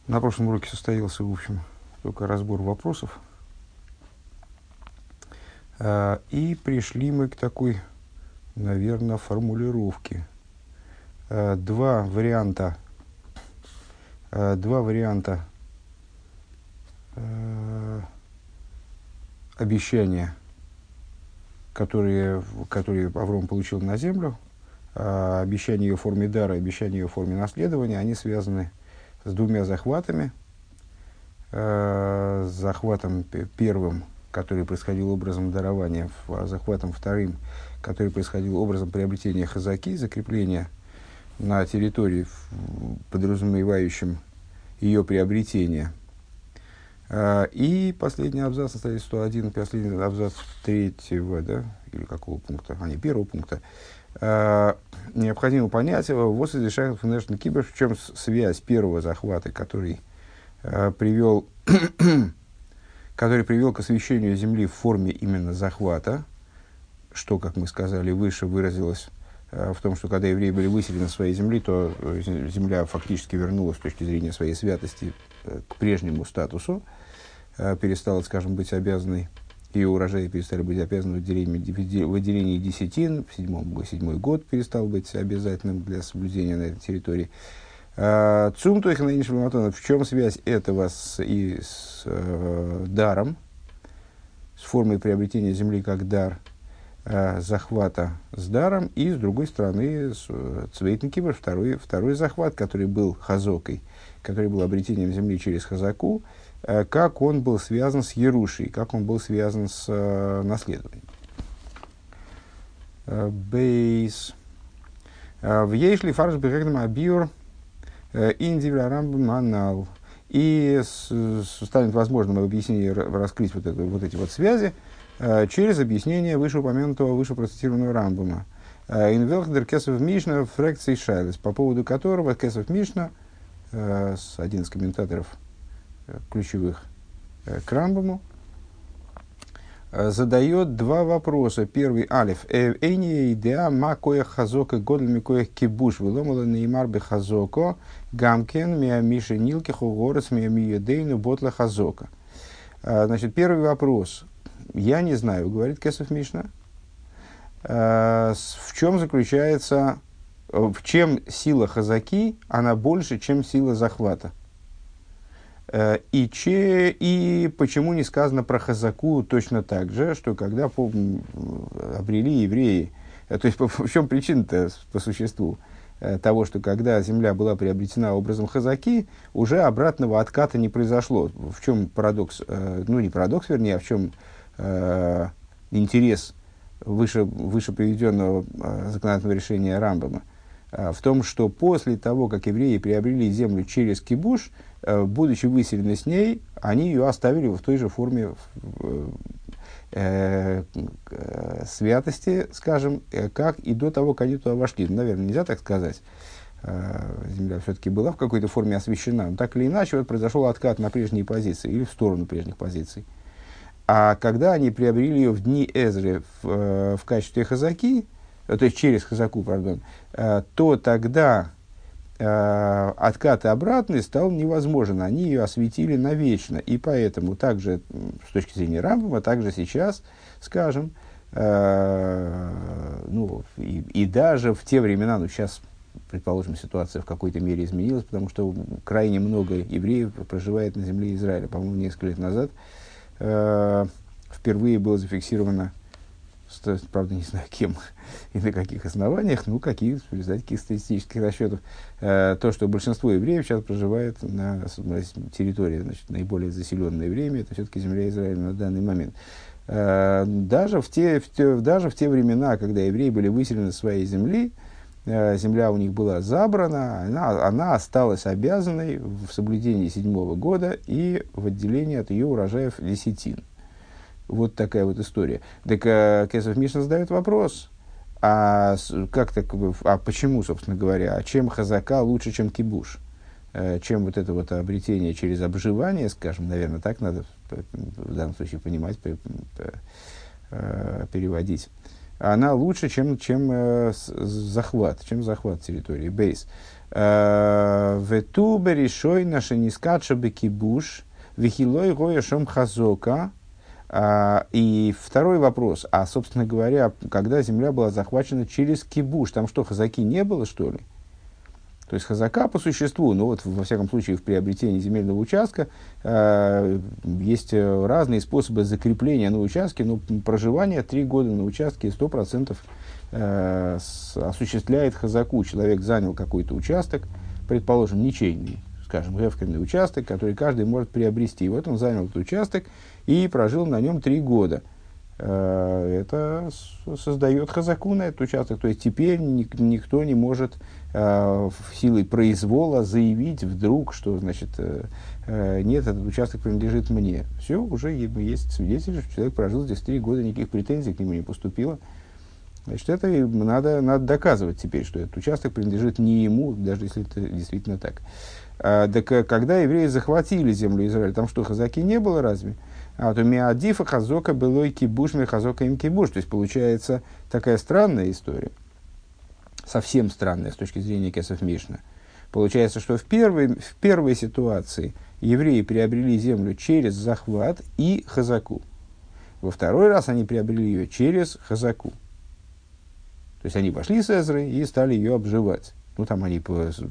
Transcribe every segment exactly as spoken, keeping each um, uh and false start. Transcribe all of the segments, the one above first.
На прошлом уроке состоялся, в общем, только разбор вопросов. А, и пришли мы к такой, наверное, формулировке. А, два варианта, а, два варианта а, обещания, которые, которые Авром получил на землю, а, обещание в форме дара, обещание в форме наследования, они связаны с двумя захватами. Э, с захватом первым, который происходил образом дарования, а захватом вторым, который происходил образом приобретения хазаки, закрепления на территории, подразумевающим ее приобретение. Э, и последний абзац, состоит сто один, последний абзац третьего, да, или какого пункта, а не первого пункта. Uh, необходимо понять, вот разрешает Фунешн Кибер, в чем связь первого захвата, который, uh, привел, который привел к освящению земли в форме именно захвата, что, как мы сказали, выше выразилось uh, в том, что когда евреи были выселены в своей земли, то земля фактически вернулась с точки зрения своей святости uh, к прежнему статусу, uh, перестала, скажем, быть обязанной. Ее урожаи перестали быть обязаны в выделении, выделении десятин, в седьмом, седьмой год перестал быть обязательным для соблюдения на этой территории. Цум то их в чем связь этого с, и с э, даром, с формой приобретения земли как дар, э, захвата с даром, и с другой стороны Цвейтен Кибер, второй, второй захват, который был хазокой, который был обретением земли через хазаку, как он был связан с Ерушей, как он был связан с э, наследованием. Бейс. В Ейшли фарш бегэгдам абиур индивля рамбам манал. И станет возможным объяснение, раскрыть вот, это, вот эти вот связи э, через объяснение вышеупомянутого, выше процитированного Рамбама. Инвелхдер Кесов Мишна фракции Шайлес, по поводу которого Кесов Мишна, э, один из комментаторов ключевых э, к Рамбаму, э, задает два вопроса. Первый, алиф. Эйни идеа ма коях хазока годлми коях кибуш выломала неймар бе хазоко гамкен миа миши нилки хугорец миа миедейну ботла хазока. Значит, первый вопрос. Я не знаю, говорит Кесов Мишна, э, в чем заключается, в чем сила хазаки, она больше, чем сила захвата. И, че, и почему не сказано про хазаку точно так же, что когда по, обрели евреи, то есть по, в чем причина-то по существу того, что когда земля была приобретена образом хазаки, уже обратного отката не произошло. В чем парадокс, ну не парадокс, вернее, а в чем э, интерес выше, выше приведенного законодательного решения Рамбама? В том, что после того, как евреи приобрели землю через кибуш, будучи выселены с ней, они ее оставили в той же форме э, э, святости, скажем, как и до того, как они туда вошли. Наверное, нельзя так сказать. Земля все-таки была в какой-то форме освящена. Но так или иначе, вот произошел откат на прежние позиции или в сторону прежних позиций. А когда они приобрели ее в дни Эзры в, в качестве хазаки, то есть через хазаку, пардон, то тогда э, откат обратный стал невозможен. Они ее осветили навечно. И поэтому также, с точки зрения Рамбама, также сейчас, скажем, э, ну, и, и даже в те времена, ну, сейчас, предположим, ситуация в какой-то мере изменилась, потому что крайне много евреев проживает на земле Израиля. По-моему, несколько лет назад э, впервые было зафиксировано, правда, не знаю кем и на каких основаниях, ну, какие, в результате каких статистических расчетов, э, то, что большинство евреев сейчас проживает на, на территории, значит, наиболее заселенное время, это все-таки земля Израиля на данный момент. Э, даже, в те, в те, даже в те времена, когда евреи были выселены из своей земли, э, земля у них была забрана, она, она осталась обязанной в соблюдении седьмого года и в отделении от ее урожаев десятин. Вот такая вот история. Так э, Кесов Мишна задает вопрос, а, как так, а почему, собственно говоря, а чем хазака лучше, чем кибуш? Э, чем вот это вот обретение через обживание, скажем, наверное, так надо в данном случае понимать, переводить. Она лучше, чем, чем э, захват, чем захват территории, бейс. Ветубе решой наша нискача бекибуш, вихилой гоя шом хазока. И второй вопрос, а, собственно говоря, когда земля была захвачена через кибуш, там что, хазаки не было, что ли? То есть хазака по существу, ну вот во всяком случае в приобретении земельного участка э, есть разные способы закрепления на участке, но проживание три года на участке сто процентов э, осуществляет хазаку. Человек занял какой-то участок, предположим, ничейный, скажем, гефкерный участок, который каждый может приобрести. И вот он занял этот участок и прожил на нем три года. Это создает хазаку на этот участок. То есть теперь никто не может э, силой произвола заявить вдруг, что значит, э, нет, этот участок принадлежит мне. Все, уже есть свидетели, что человек прожил здесь три года, никаких претензий к нему не поступило. Значит, это надо, надо доказывать теперь, что этот участок принадлежит не ему, даже если это действительно так. А, так когда евреи захватили землю Израиля, там что, хазаки не было разве? А то миадифа хазока было и кибуш, ми хазока им кибуш. То есть получается такая странная история, совсем странная с точки зрения Кесов Мишна. Получается, что в первой, в первой ситуации евреи приобрели землю через захват и хазаку. Во второй раз они приобрели ее через хазаку. То есть они пошли с Эзрой и стали ее обживать. Ну, там они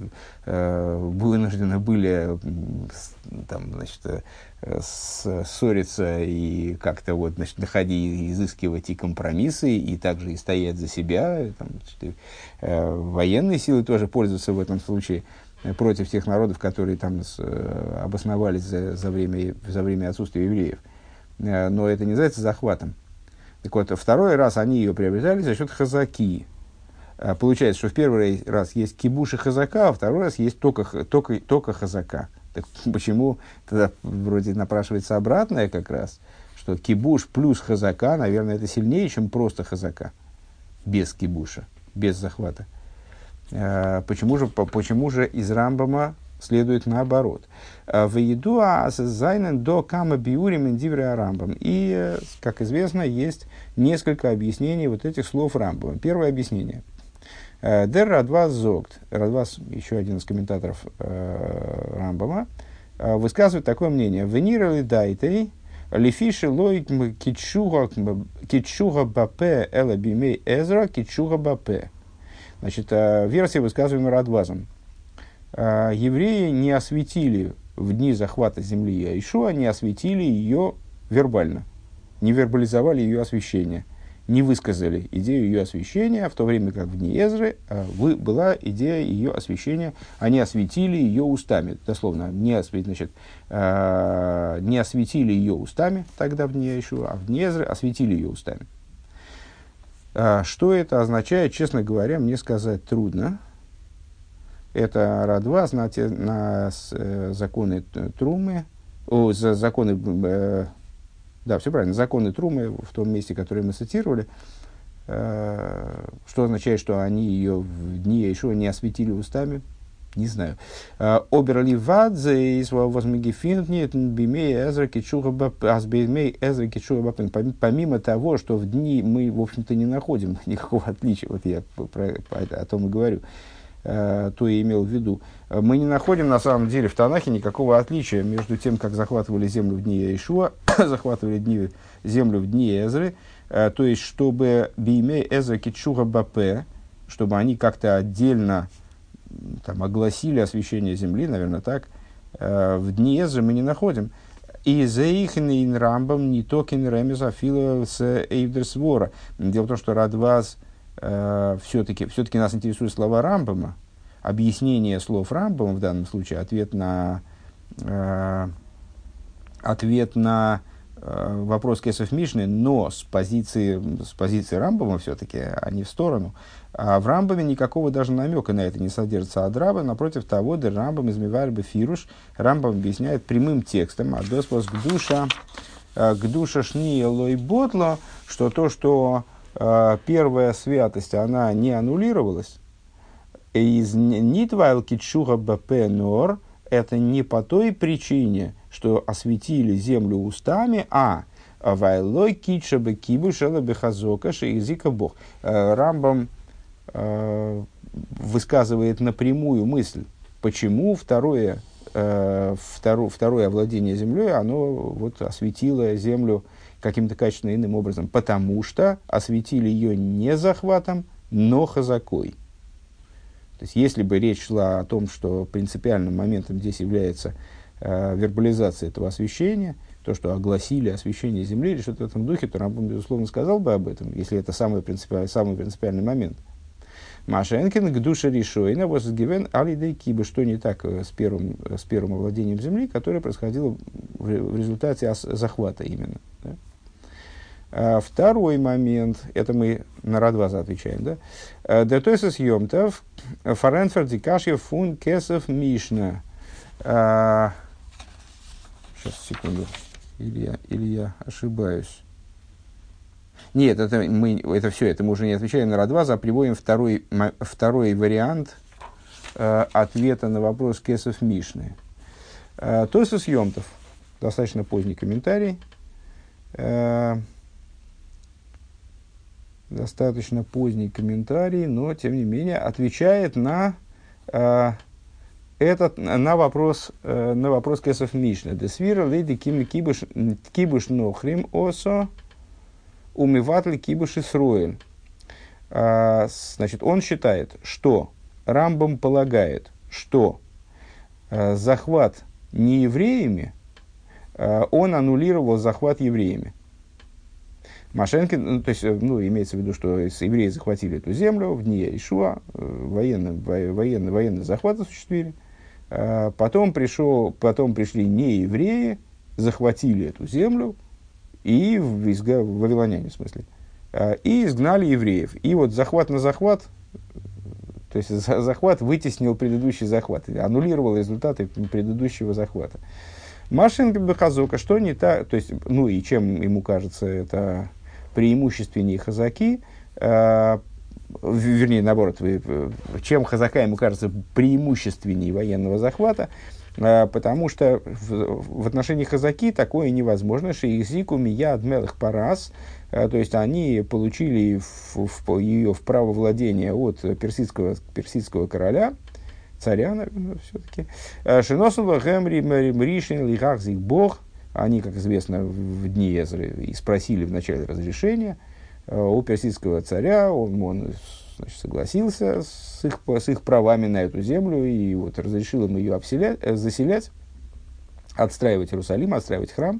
э, вынуждены были там, значит, э, ссориться и как-то вот, значит, находить, изыскивать и компромиссы, и также и стоять за себя. Там, значит, э, военные силы тоже пользуются в этом случае против тех народов, которые там с, э, обосновались за, за, время, за время отсутствия евреев. Э, но это не называется захватом. Так вот, второй раз они ее приобретали за счет хазаки. Получается, что в первый раз есть кибуш и хазака, а второй раз есть только, только, только хазака. Так почему тогда вроде напрашивается обратное как раз, что кибуш плюс хазака, наверное, это сильнее, чем просто хазака, без кибуша, без захвата. Почему же, почему же из Рамбама следует наоборот? В еду зайнен до кама биурим индивре Рамбам. И, как известно, есть несколько объяснений вот этих слов Рамбама. Первое объяснение. Дер Радвас Зогт, Радвас, еще один из комментаторов э, Рамбама, э, высказывает такое мнение. Венирали дайтей, лифиши лой китшуга бапе эла бимей эзра китшуга бапе. Значит, э, версия высказываемая Радвазом. Э, евреи не осветили в дни захвата земли Иешуа, не осветили ее вербально, не вербализовали ее освящение. Не высказали идею ее освящения, в то время как в дни Эзры э, вы, была идея ее освящения, они осветили ее устами, дословно, не, освет, значит, э, не осветили ее устами тогда в дни Иешуа, а в дни Эзры осветили ее устами. Э, что это означает, честно говоря, мне сказать трудно. Это Радваз на, те, на э, законы Трумы, о, за, законы... Э, Да, все правильно. Законы Трумы в том месте, которое мы цитировали, э, что означает, что они ее в дни Иешуа не осветили устами, не знаю. Оберли вадзе из возмегифинтни бимей эзра кичуга бапен. Помимо того, что в дни мы, в общем-то, не находим никакого отличия, вот я про, о том и говорю, то я имел в виду. Мы не находим, на самом деле, в Танахе никакого отличия между тем, как захватывали землю в дни Иешуа, захватывали дни, землю в дни Эзры, то есть, чтобы бимей эзра китшуга бапе, чтобы они как-то отдельно там, огласили освящение земли, наверное, так, в дни Эзры мы не находим. И за их Рамбам не токин ремез афила с эйвдерсвора. Дело в том, что Радваз Uh, все-таки, все-таки нас интересуют слова Рамбама, объяснение слов Рамбама в данном случае, ответ на, uh, ответ на uh, вопрос Кесов Мишны, но с позиции, с позиции Рамбама все-таки, а не в сторону. А в Рамбаме никакого даже намека на это не содержится от Раба, напротив того, да Рамбам измевар бефируш, Рамбам объясняет прямым текстом, а доспос к душа, к душа шни лой ботло, что то, что первая святость, она не аннулировалась. Из нитвайл китшуга бапе нор, это не по той причине, что осветили землю устами, а вайлой китша бе кибуш эла бехазока шеизика бог. Рамбам высказывает напрямую мысль, почему второе, э, второ, второе овладение землей, оно вот осветило землю каким-то качественно иным образом. Потому что осветили ее не захватом, но хазакой. То есть, если бы речь шла о том, что принципиальным моментом здесь является э, вербализация этого освящения, то, что огласили освящение земли или что-то в этом духе, то Рамбам, безусловно, сказал бы об этом, если это самый принципиальный, самый принципиальный момент. Машенкин к душе решойна возгивен алидей кибы, что не так с первым, с первым овладением земли, которое происходило в, в результате ос, захвата именно. Да? А второй момент, это мы на Радваза отвечаем, да? Детойсес йомтов фаренфер дикашья фун кесов мишна. Сейчас, секунду. Или я, или я ошибаюсь. Нет, это, мы, это все, это мы уже не отвечаем на Радваза, а приводим второй, второй вариант э, ответа на вопрос кесов Мишны. Э, Тойсус Йомтов, достаточно поздний комментарий, э, достаточно поздний комментарий, но, тем не менее, отвечает на, э, этот, на вопрос, э, на вопрос кесов Мишны. Десвира лейди кибуш нохрим осо умыватли кибуш Исроэль. Значит, он считает, что Рамбам полагает, что э, захват неевреями, э, он аннулировал захват евреями. Машенкин, ну, то есть, ну, имеется в виду, что евреи захватили эту землю в дни Ишуа, военный, военный, военный захват осуществили. Э, потом, пришел, потом пришли неевреи, захватили эту землю, и в, изга, в вавилоняне, в смысле, и изгнали евреев. И вот захват на захват, то есть захват вытеснил предыдущий захват, аннулировал результаты предыдущего захвата. Машинка Бехазока, что не так, то есть, ну и чем ему кажется это преимущественнее хазаки, э, вернее, наоборот, чем хазака ему кажется преимущественнее военного захвата, потому что в, в отношении хазаки такое невозможно, что их зику мия адмелых парас, то есть они получили в, в, ее в право владения от персидского, персидского короля, царя, наверное, все-таки. Шиносула гемри мришин лихах зик бог, они, как известно, в дни Эзры и спросили вначале разрешения у персидского царя, он, он значит, согласился с их, с их правами на эту землю и вот разрешил им ее обселять, заселять, отстраивать Иерусалим, отстраивать храм.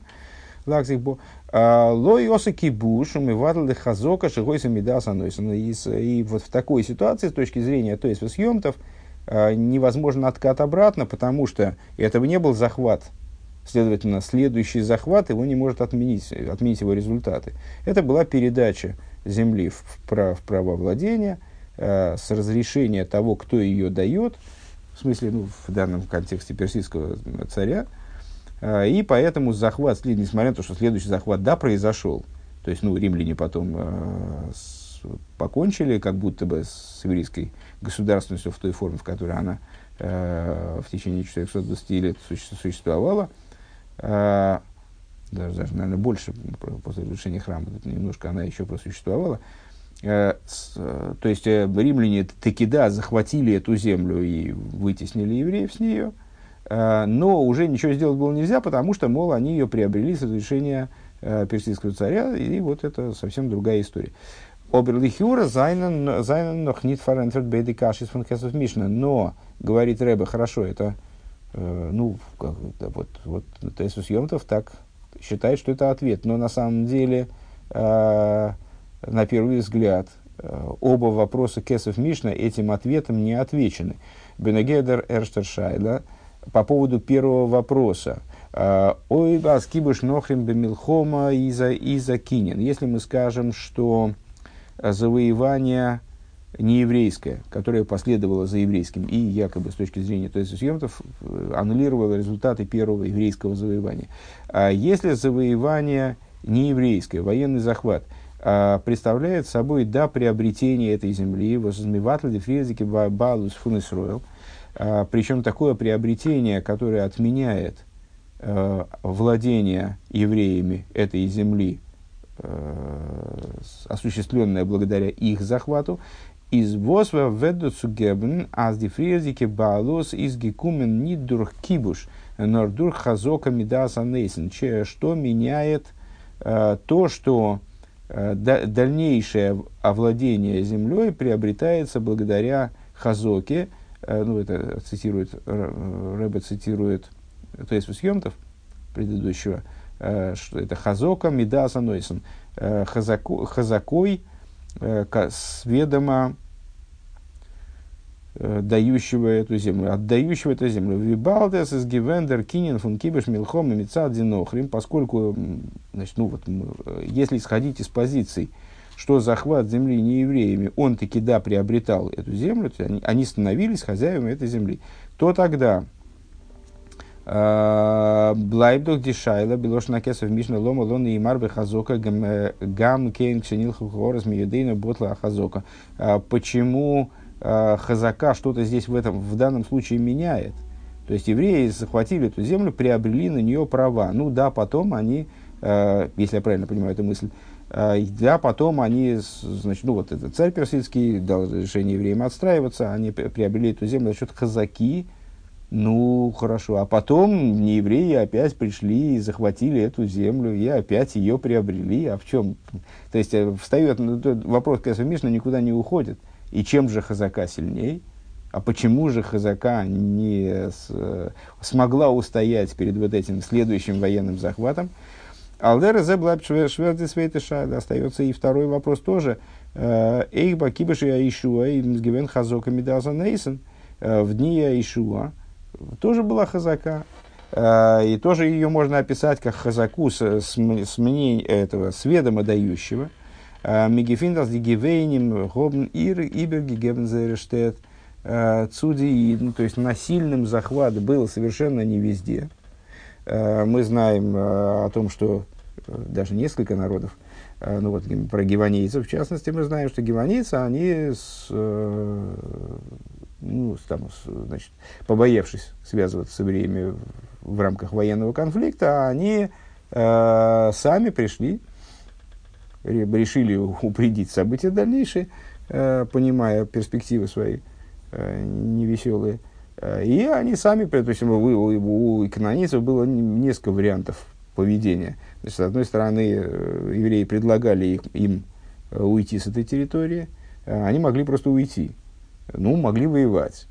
Лой осаки буш, умывал хазока, шигойса медаса нойсона. И вот в такой ситуации, с точки зрения то есть съемтов, невозможен откат обратно, потому что это не был захват. Следовательно, следующий захват его не может отменить, отменить его результаты. Это была передача земли в, прав, в право владения э, с разрешения того, кто ее дает, в смысле, ну, в данном контексте персидского царя, э, и поэтому захват, несмотря на то, что следующий захват, да, произошел, то есть, ну, римляне потом э, с, покончили как будто бы с еврейской государственностью в той форме, в которой она э, в течение четырехсот двадцати лет суще, существовала, э, даже, даже, наверное, больше после разрушения храма, немножко она еще просуществовала. Э, с, э, то есть, э, римляне таки да, захватили эту землю и вытеснили евреев с нее, э, но уже ничего сделать было нельзя, потому что, мол, они ее приобрели с разрешения э, персидского царя, и вот это совсем другая история. Оберлихюра зайнен нох нит фаренферт бейди кашис фон кесов мишна. Но, говорит Ребе, хорошо, это, э, ну, как, да, вот, вот Тейсус Йомтов так считает, что это ответ. Но на самом деле, э, на первый взгляд, э, оба вопроса кесов мишна этим ответом не отвечены. Бенегедер Эрштершайла по поводу первого вопроса. Ой, баскибуш нохрим бемилхома иза иза кинин. Если мы скажем, что завоевание нееврейское, которое последовало за еврейским, и якобы с точки зрения Тойсус Йомтов аннулировало результаты первого еврейского завоевания. А если завоевание нееврейское, военный захват, представляет собой да, приобретение этой земли, причем такое приобретение, которое отменяет владение евреями этой земли, осуществленное благодаря их захвату, Из восва веду цугебн, аз ди фриердике балос из гекумен не durch кибуш, но durch хазока мидаса нейсен. Что меняет э, то, что э, да, дальнейшее овладение землей приобретается благодаря хазоке. Э, ну, это цитирует, Рэбе цитирует Тойсфус Йом-Тов предыдущего, э, что это хазока мидаса нейсен. Э, хазако, хазакой сведомо э, дающего эту землю, отдающего эту землю. Вибалдес из гивендер кинен фун кибеш милхом и мицад динохрим, поскольку, значит, ну вот, если исходить из позиций, что захват земли неевреями, он таки да приобретал эту землю, то есть они, они становились хозяевами этой земли, то тогда Блайбдох дишайла, белош накесов мишна лома лона и марбе хазока гам кейн кшенил хухорас миюдейна ботла хазока. Почему хазака что-то здесь в этом, в данном случае меняет? То есть евреи захватили эту землю, приобрели на нее права. Ну да, потом они, если я правильно понимаю эту мысль, да, потом они, значит, ну вот этот царь персидский дал разрешение евреям отстраиваться, они приобрели эту землю за счет хазаки. Ну, хорошо. А потом неевреи опять пришли и захватили эту землю, и опять ее приобрели. А в чем? То есть, встает вопрос, Кесов Мишна никуда не уходит. И чем же хазака сильней? А почему же хазака не с, смогла устоять перед вот этим следующим военным захватом? Алдера зе блаб шверды свейты шайда. Остается и второй вопрос тоже. Эйхба кибаши аишуа и мзгивен хазока мидаза нейсен. В дни Аишуа тоже была хазака, э, и тоже ее можно описать как хазаку с, с, с мнением этого сведомо дающего. Мегефиндас дигивейним гобн ир ибер гигебнзерештет цуди, ну, то есть насильным захват был совершенно не везде. Э, мы знаем э, о том, что э, даже несколько народов, э, ну вот про гиванейцев в частности, мы знаем, что гиванейцы, они с, э, ну, там, значит, побоявшись связываться с евреями в, в рамках военного конфликта, они э, сами пришли, решили упредить события дальнейшие, э, понимая перспективы свои э, невеселые. Э, и они сами, то есть у, у, у канонийцев было несколько вариантов поведения. Значит, с одной стороны, э, евреи предлагали их, им э, уйти с этой территории, э, они могли просто уйти. Ну, могли воевать.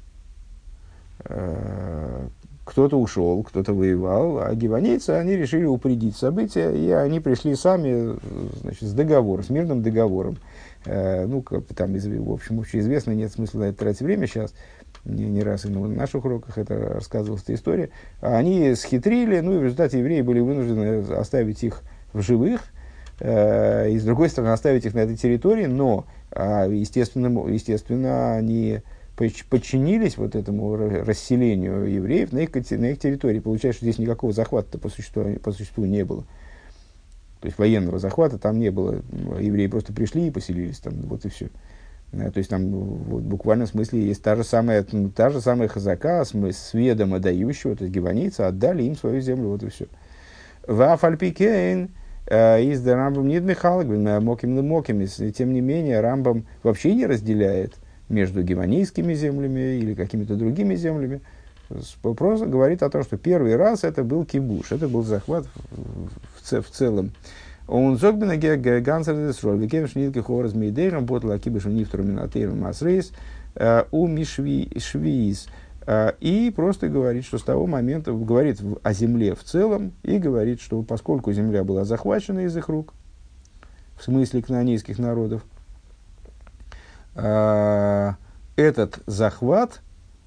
Кто-то ушел, кто-то воевал, а гиванейцы, они решили упредить события, и они пришли сами, значит, с договором, с мирным договором. Ну, как там, в общем, общеизвестно, нет смысла на это тратить время сейчас, не, не раз и на наших уроках это рассказывалась эта история. Они схитрили, ну, и в результате евреи были вынуждены оставить их в живых, и, с другой стороны, оставить их на этой территории, но естественно, естественно они подчинились вот этому расселению евреев на их, на их территории. Получается, что здесь никакого захвата по существу, по существу не было. То есть военного захвата там не было. Евреи просто пришли и поселились там, вот и все. То есть там вот, в буквальном смысле есть та же самая, та же самая хазака, сведомо дающего, то есть гиванейцы отдали им свою землю, вот и все. Вафальпикейн из Рамбам нет Михалок, моким моким. Тем не менее, Рамбам вообще не разделяет между гиванейскими землями или какими-то другими землями. Просто говорит о том, что первый раз это был кибуш, это был захват в, в, в целом. Он зогбена гансердес роль, викевш нитки хораз мейдейрам, ботла кибуш нифтру минатейрам масрейс, у мишвиис. И просто говорит, что с того момента, говорит о земле в целом, и говорит, что поскольку земля была захвачена из их рук, в смысле кнаанейских народов, этот захват,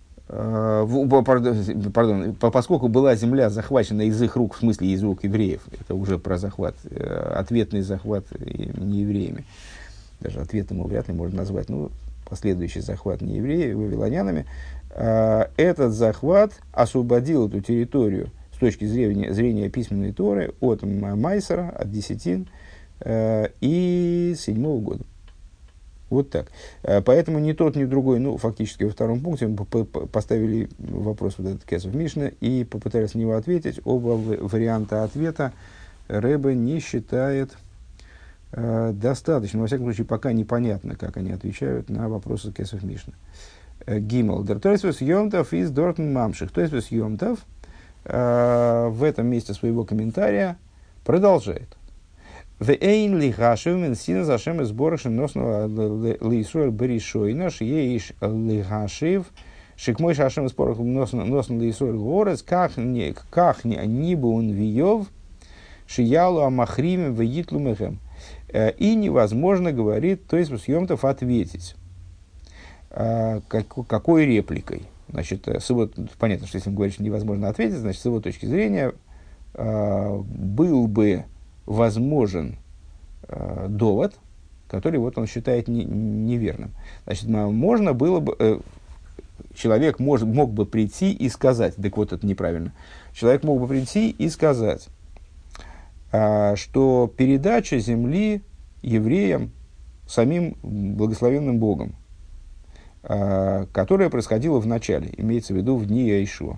пардон, поскольку была земля захвачена из их рук, в смысле из рук евреев, это уже про захват, ответный захват неевреями, даже ответным вряд ли можно назвать, ну, последующий захват неевреев, вавилонянами, этот захват освободил эту территорию с точки зрения, зрения письменной Торы от Майсера, от десятин и седьмого года. Вот так. Поэтому ни тот, ни другой, ну, фактически во втором пункте мы поставили вопрос вот этот Кесов Мишна и попытались на него ответить. Оба варианта ответа Ребе не считает э, достаточно, во всяком случае, пока непонятно, как они отвечают на вопросы Кесов Мишна. Гимл. Der Тойсвус Йомтов из Дортн Мамших. Тойсвус Йомтов в этом месте своего комментария продолжает. В эйн лихашев менсина зашем из борышем носного лейсуэль беришойна шиеиш лихашев шикмой шашем из борышем носного лейсуэль горец как не как не нибун виев шиялу амахриме веитлу мехем. И невозможно, говорит, то есть Йомтов ответить. Как, какой репликой? Значит, с его, понятно, что если он говорит, что невозможно ответить, значит, с его точки зрения был бы возможен э, довод, который вот он считает не, неверным. Значит, можно было бы, э, человек мож, мог бы прийти и сказать, так вот это неправильно, человек мог бы прийти и сказать, э, что передача земли евреям самим благословенным Богом, э, которая происходила в начале, имеется в виду в дни Яишуа.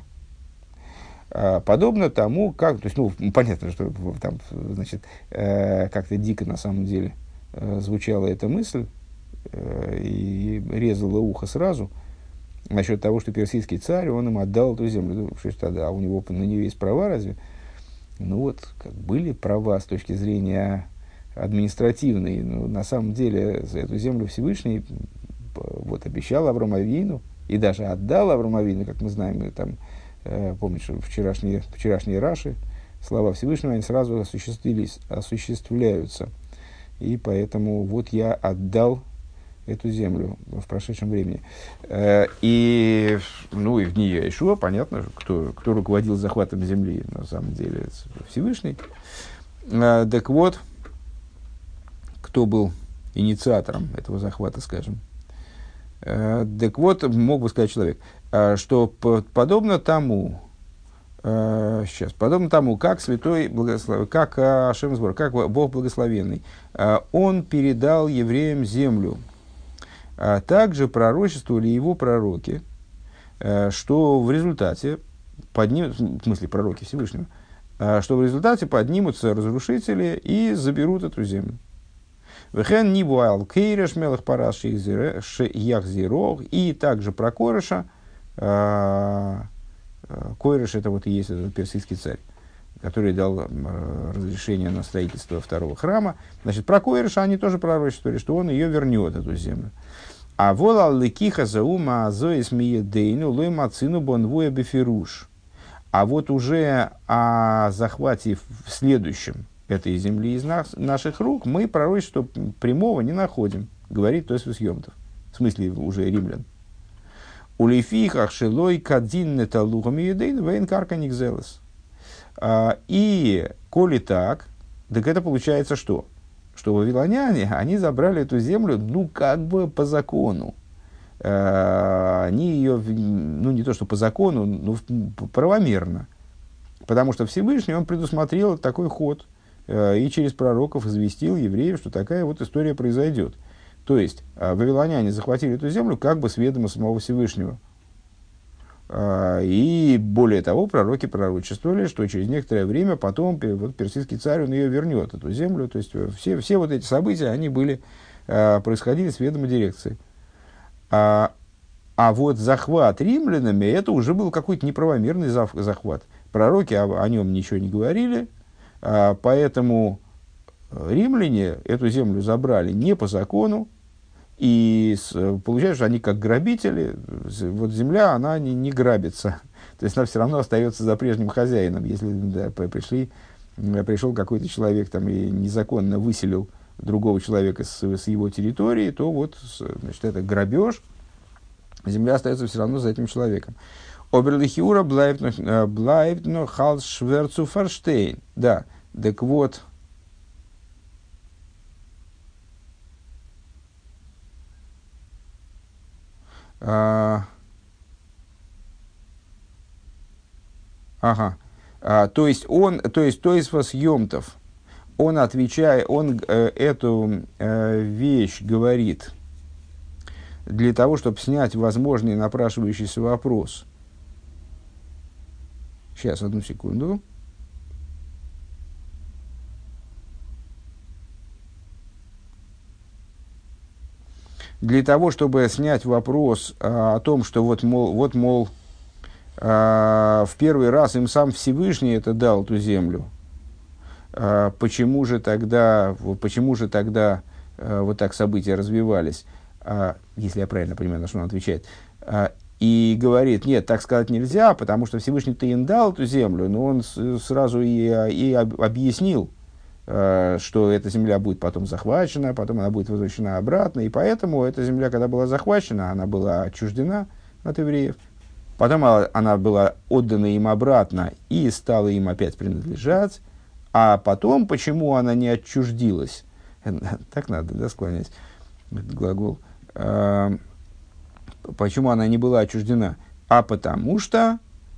Подобно тому, как, то есть, ну, понятно, что там, значит, э, как-то дико на самом деле э, звучала эта мысль э, и резала ухо сразу насчет того, что персидский царь, он им отдал эту землю. Ну, что ж тогда, а у него на нее есть права разве? Ну вот, как были права с точки зрения административной, но на самом деле за эту землю Всевышний вот, обещал Аврому Авину и даже отдал Аврому Авину, как мы знаем, там, помнишь, вчерашние, вчерашние Раши, слова Всевышнего, они сразу осуществились, осуществляются. И поэтому вот я отдал эту землю в прошедшем времени. И, ну, и в дни Яишуа, понятно, кто, кто руководил захватом земли, на самом деле, Всевышний. Так вот, кто был инициатором этого захвата, скажем. Так вот, мог бы сказать человек, что подобно тому, сейчас, подобно тому, как святой, благослов... как Ашем Сбор, как Бог благословенный, он передал евреям землю, также пророчествовали его пророки, что в результате поднимут, в смысле пророки Всевышнего, что в результате поднимутся разрушители и заберут эту землю. Вехен нибуал кейреш мелах параш яхзирох, и также про Койреша. Койреш — это вот и есть этот персидский царь, который дал разрешение на строительство второго храма. Значит, про Койреша они тоже пророчествовали, что он ее вернет, эту землю. А волал лекиха заума азоис миедейну лой мацину бонвуя бефируш. А вот уже о захвате в следующем этой земли из нас, наших рук мы пророчества прямого не находим, говорит Тойсвус Йомтов, в смысле уже римлян. Улифихах шелой кадин неталухами едейн вейн карка никзелес. И коли так, так это получается что? Что вавилоняне, они забрали эту землю, ну, как бы по закону. Они ее, ну, не то что по закону, но правомерно. Потому что Всевышний, он предусмотрел такой ход и через пророков известил евреев, что такая вот история произойдет. То есть, вавилоняне захватили эту землю как бы с ведома самого Всевышнего. И более того, пророки пророчествовали, что через некоторое время потом вот, персидский царь, он ее вернет, эту землю. То есть, все, все вот эти события, они были, происходили с ведома дирекции. А, а вот захват римлянами, это уже был какой-то неправомерный захват. Пророки о, о нем ничего не говорили, а, поэтому римляне эту землю забрали не по закону, и с, получается, что они как грабители, вот земля, она не, не грабится, то есть она все равно остается за прежним хозяином. Если да, пришли, пришел какой-то человек там, и незаконно выселил другого человека с, с его территории, то вот, значит, это грабеж, земля остается все равно за этим человеком. Оберлихиура блайбт но халс шверцу фарштейн. Да, так вот, а, ага, а, то есть он, то есть, то есть вас Йомтов, он отвечает, он э, эту э, вещь говорит для того, чтобы снять возможный напрашивающийся вопрос. Сейчас, одну секунду. для того, чтобы снять вопрос а, о том, что вот, мол, вот, мол а, в первый раз им сам Всевышний это дал, эту землю, а, почему же тогда, почему же тогда а, вот так события развивались, а, если я правильно понимаю, на что он отвечает, а, и говорит, нет, так сказать нельзя, потому что Всевышний-то им дал эту землю, но он с, сразу и, и об, объяснил, что эта земля будет потом захвачена, потом она будет возвращена обратно, и поэтому эта земля, когда была захвачена, она была отчуждена от евреев, потом она была отдана им обратно и стала им опять принадлежать, а потом, почему она не отчуждилась, так надо, да, склонять этот глагол, почему она не была отчуждена, а потому что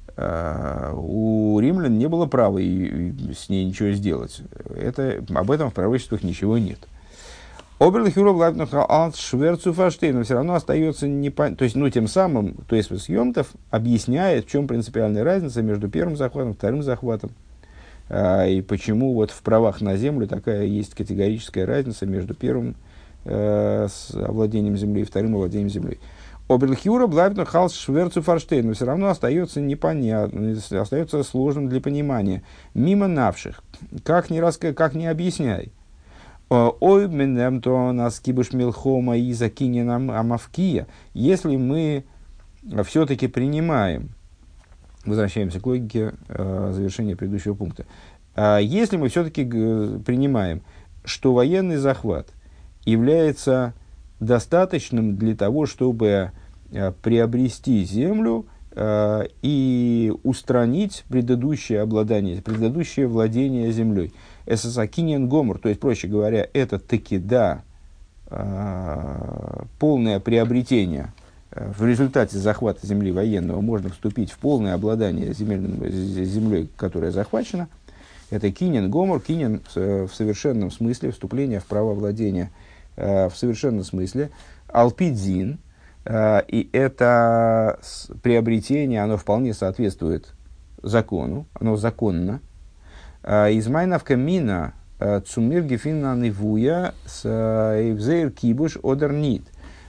у римлян не было права и, и с ней ничего сделать. Это, об этом в пророчествах ничего нет. Оберлихюров Лайбнуха Шверцу Фаштейн, но все равно остается непонятно. То есть, ну, тем самым, то есть, Йомтов объясняет, в чем принципиальная разница между первым захватом и вторым захватом. А, и почему вот в правах на землю такая есть категорическая разница между первым э, с овладением землей и вторым овладением землей. Оберлхюра Блайбнух Халс Шверцу Фаштейн, но все равно остается непонятно, остается сложным для понимания. Мимо навших, как ни, раска, как ни объясняй. Ой, менем то нас кибуш милхома и закиненам амавкия. Если мы все-таки принимаем, возвращаемся к логике э, завершения предыдущего пункта. Э, если мы все-таки г- принимаем, что военный захват является достаточным для того, чтобы э, приобрести землю э, и устранить предыдущее обладание, предыдущее владение землей. Эсасакинен гомор, то есть, проще говоря, это таки да, э, полное приобретение. В результате захвата земли военного можно вступить в полное обладание земельным, землей, которая захвачена. Это кинен гомор, кинен в совершенном смысле, вступление в право владения в совершенном смысле, алпидзин, и это приобретение, оно вполне соответствует закону, оно законно. Из майнавка мина цумир гефинна нивуя с эвзейр кибуш одернит.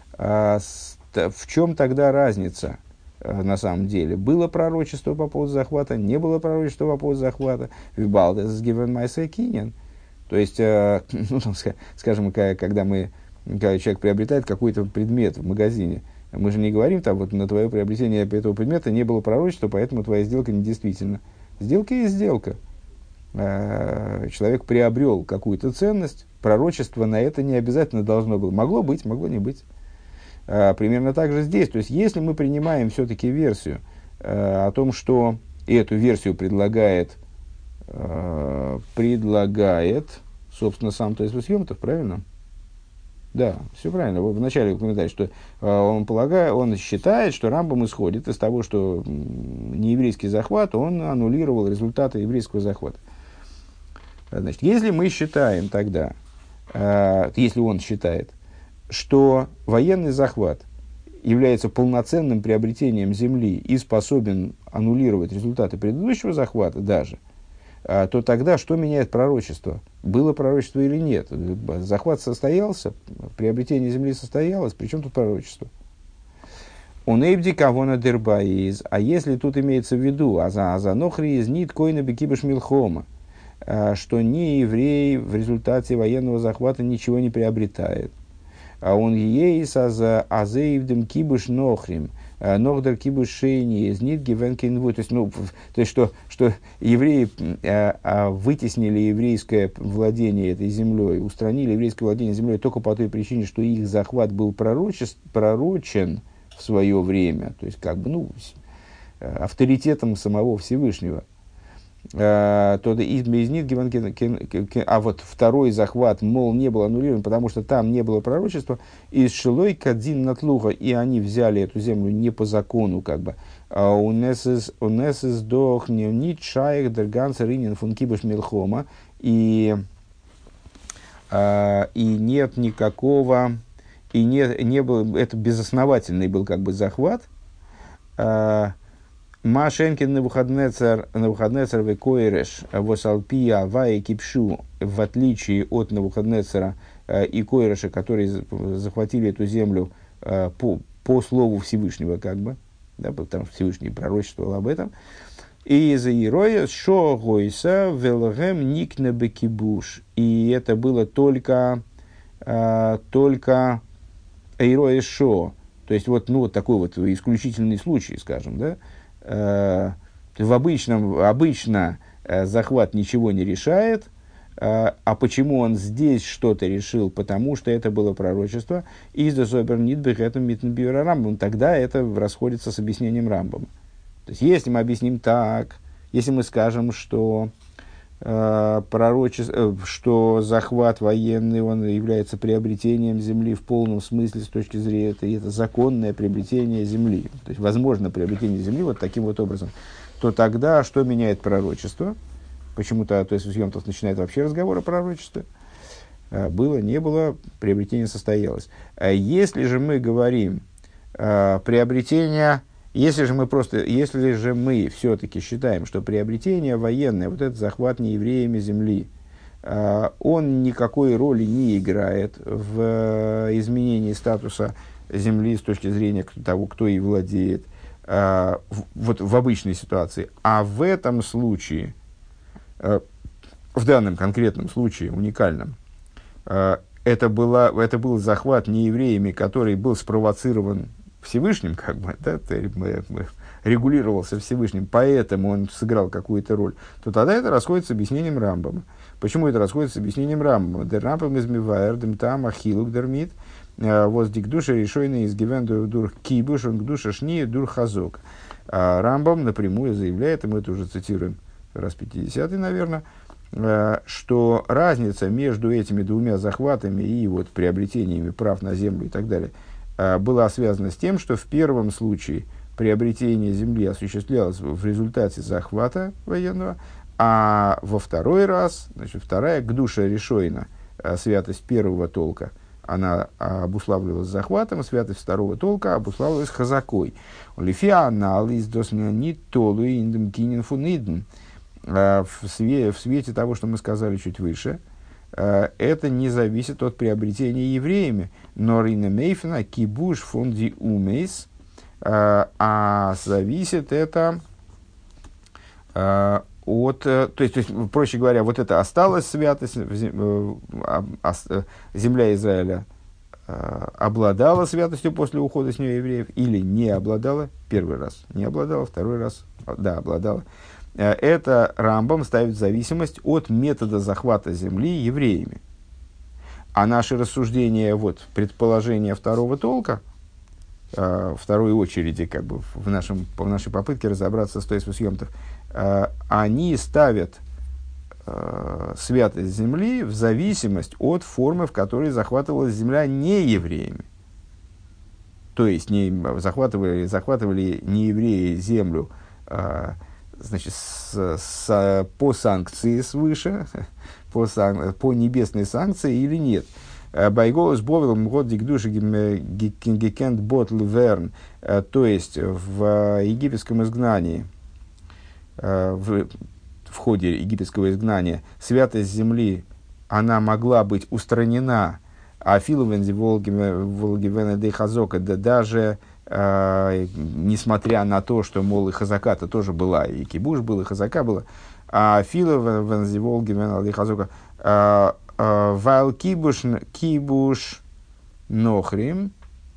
В чем тогда разница на самом деле? Было пророчество по поводу захвата, не было пророчества по поводу захвата. Вибалдес гивен майсэ кинен. То есть, э, ну, там, скажем, когда, мы, когда человек приобретает какой-то предмет в магазине, мы же не говорим, там, вот на твое приобретение этого предмета не было пророчества, поэтому твоя сделка недействительна. Сделка есть сделка. Э, человек приобрел какую-то ценность, пророчество на это не обязательно должно было. Могло быть, могло не быть. Э, примерно так же здесь. То есть, если мы принимаем все-таки версию э, о том, что эту версию предлагает предлагает, собственно, сам Тосфос Йомтов, правильно? Да, все правильно. В начале комментария, что э, он, полагает, он считает, что Рамбам исходит из того, что нееврейский захват, он аннулировал результаты еврейского захвата. Значит, если мы считаем тогда, э, если он считает, что военный захват является полноценным приобретением земли и способен аннулировать результаты предыдущего захвата даже, то тогда что меняет пророчество? Было пророчество или нет? Захват состоялся, приобретение земли состоялось, причем тут пророчество? Он эйбди кавона дербаиз, а если тут имеется в виду, а за азанохри из нит койна бекибеш милхома, что не еврей в результате военного захвата ничего не приобретает. А он ейс азеивдем кибеш нохрим, Нордер кибуш шейни из нит гивенкинву. То есть, ну, то есть что, что евреи а, а, вытеснили еврейское владение этой землей, устранили еврейское владение землей только по той причине, что их захват был пророчес, пророчен в свое время, то есть как бы, ну, авторитетом самого Всевышнего. А, то, из нит гивенкин, а вот второй захват, мол, не был аннулирован, потому что там не было пророчества, из шилой кадзин натлуха, и они взяли эту землю не по закону, как бы. У несес дох нит шаек дерганса ринин фун кибуш милхома, и и нет никакого, и не, не был, это безосновательный был как бы захват. Машенкин Навуходнецер, Навуходнецер векоереш восалпия ваи кипшу, в отличие от Навуходнецера, э, и койрыши, которые захватили эту землю э, по, по слову Всевышнего, как бы, да, потому что Всевышний пророчествовал об этом. И за Ироя шо гойса велгем никне бекибуш. И это было только, э, только Ироя шо. То есть, вот, ну, вот такой вот исключительный случай, скажем, да. Э, в обычном, обычно э, захват ничего не решает. Э, а почему он здесь что-то решил? Потому что это было пророчество. Из-за Зобернитбех это Митнбиура Рамбам. Тогда это расходится с объяснением Рамбама. То есть, если мы объясним так, если мы скажем, что, э, пророчество, э, что захват военный, он является приобретением земли в полном смысле с точки зрения, это, это законное приобретение земли, то есть, возможно, приобретение земли вот таким вот образом, то тогда что меняет пророчество? Почему-то, то есть, Йом-Тов начинает вообще разговор о пророчестве. Э, было, не было, приобретение состоялось. А если же мы говорим э, приобретение... Если же мы просто, если же мы все-таки считаем, что приобретение военное, вот этот захват неевреями земли, э, он никакой роли не играет в э, изменении статуса земли с точки зрения того, кто ей владеет, э, в, вот в обычной ситуации, а в этом случае, э, в данном конкретном случае, уникальном, э, это, была, это был захват неевреями, который был спровоцирован Всевышним, как бы, да, регулировался Всевышним, поэтому он сыграл какую-то роль, то тогда это расходится с объяснением Рамбама. Почему это расходится с объяснением Рамбама? Дер Рамбам из Миваер, дем там ахилук дермит, воз дикдуша решойный из гивенду дур кибуш, он гдуша шни дур хазок. Рамбам напрямую заявляет, и мы это уже цитируем раз пятидесятый, наверное, что разница между этими двумя захватами и вот приобретениями прав на землю и так далее была связана с тем, что в первом случае приобретение земли осуществлялось в результате захвата военного, а во второй раз, значит, вторая гдуша решойна, святость первого толка, она обуславливалась захватом, святость второго толка обуславливалась хазакой. В свете того, что мы сказали чуть выше, это не зависит от приобретения евреями. Но рина мейфена кибуш фонди умейс, а зависит это от, то есть, то есть, проще говоря, вот это осталась святость, земля Израиля обладала святостью после ухода с нее евреев или не обладала, первый раз не обладала, второй раз, да, обладала. Это Рамбам ставит в зависимость от метода захвата земли евреями. А наши рассуждения, вот, предположения второго толка, э, второй очереди, как бы, в, нашем, в нашей попытке разобраться с Тойсфос Йом-Тов, э, они ставят э, святость земли в зависимость от формы, в которой захватывалась земля не евреями. То есть, не, захватывали, захватывали не евреи землю, э, значит, с, с, по санкции свыше, по, сан, по небесной санкции или нет. Байголос бовел год дикдуши гекенд бот лверн, то есть в египетском изгнании, в, в ходе египетского изгнания, святость земли, она могла быть устранена, а филовензи волгивена де хазока, да даже Uh, несмотря на то, что, мол, и хазака-то тоже была, и кибуш был, и хазака была, а фила вензиволги венал и хазока вайл кибуш кибуш нохрим,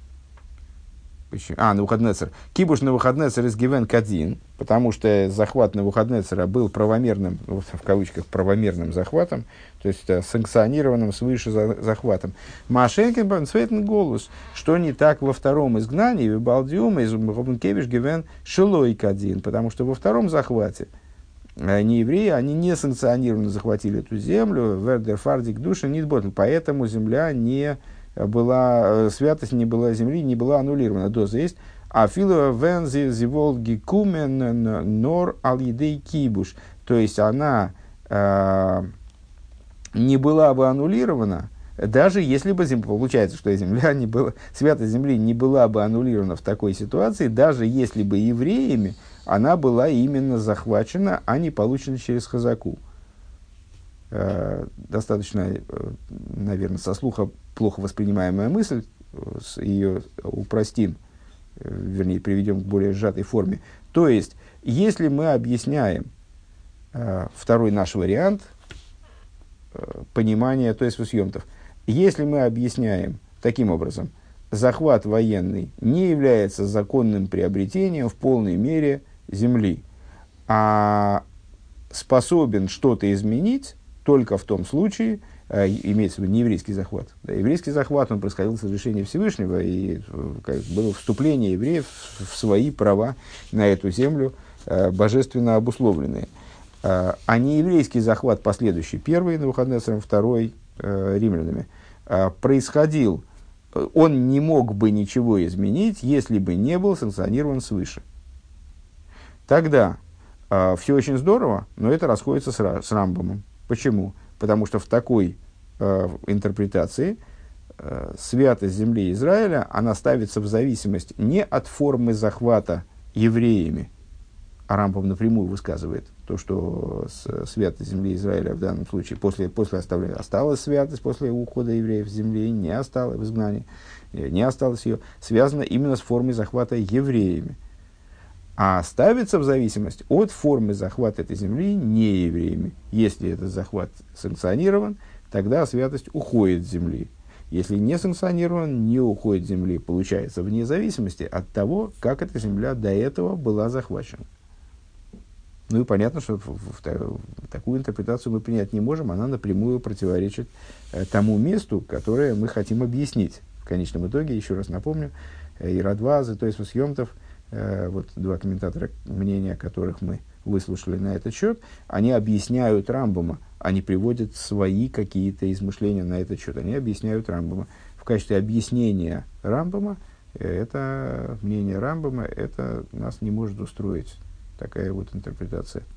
а, Навуходнецер, кибуш Навуходнецер из гивен кадин, потому что захват Навуходнецера был правомерным, в кавычках, правомерным захватом, то есть санкционированным свыше захватом. Машенкин цветный голос, что не так во втором изгнании, в Балдиуме из Робенкевич гивен шилой кадин, потому что во втором захвате неевреи, они не санкционированно захватили эту землю, вердер фардик душа нитботл, поэтому земля не была, святость не была земли, не была аннулирована. Доза есть. А филова вензи зиволги кумен нор алидей кибуш. То есть она э, не была бы аннулирована, даже если бы, получается, что земля не была, святость земли не была бы аннулирована в такой ситуации, даже если бы евреями она была именно захвачена, а не получена через хазаку. э, достаточно, э, наверное, со слуха плохо воспринимаемая мысль, с, ее упростим, э, вернее, приведем к более сжатой форме. То есть, если мы объясняем э, второй наш вариант э, понимания Тосфос Йом-Тов, если мы объясняем таким образом, захват военный не является законным приобретением в полной мере земли, а способен что-то изменить только в том случае, э, имеется в виду не еврейский захват. Да, еврейский захват, он происходил с разрешения Всевышнего, и как, было вступление евреев в свои права на эту землю, э, божественно обусловленные. Э, а не еврейский захват последующий, первый Навуходоносором, второй э, римлянами, э, происходил, он не мог бы ничего изменить, если бы не был санкционирован свыше. Тогда э, все очень здорово, но это расходится с, с Рамбамом. Почему? Потому что в такой э, интерпретации э, святость земли Израиля, она ставится в зависимость не от формы захвата евреями, а Рамбам напрямую высказывает то, что с, святость земли Израиля в данном случае после, после оставления осталась святость, после ухода евреев с земли не осталось в изгнании, не осталось ее, связано именно с формой захвата евреями. А ставится в зависимость от формы захвата этой земли не евреями. Если этот захват санкционирован, тогда святость уходит с земли. Если не санкционирован, не уходит с земли. Получается, вне зависимости от того, как эта земля до этого была захвачена. Ну и понятно, что в, в, в такую интерпретацию мы принять не можем, она напрямую противоречит э, тому месту, которое мы хотим объяснить. В конечном итоге, еще раз напомню, э, и Радвазы, Тосфос Йом-Тов, э, вот два комментатора, мнения которых мы выслушали на этот счет, они объясняют Рамбама, они приводят свои какие-то измышления на этот счет, они объясняют Рамбама. В качестве объяснения Рамбама, э, это мнение Рамбама, это нас не может устроить. Такая вот интерпретация.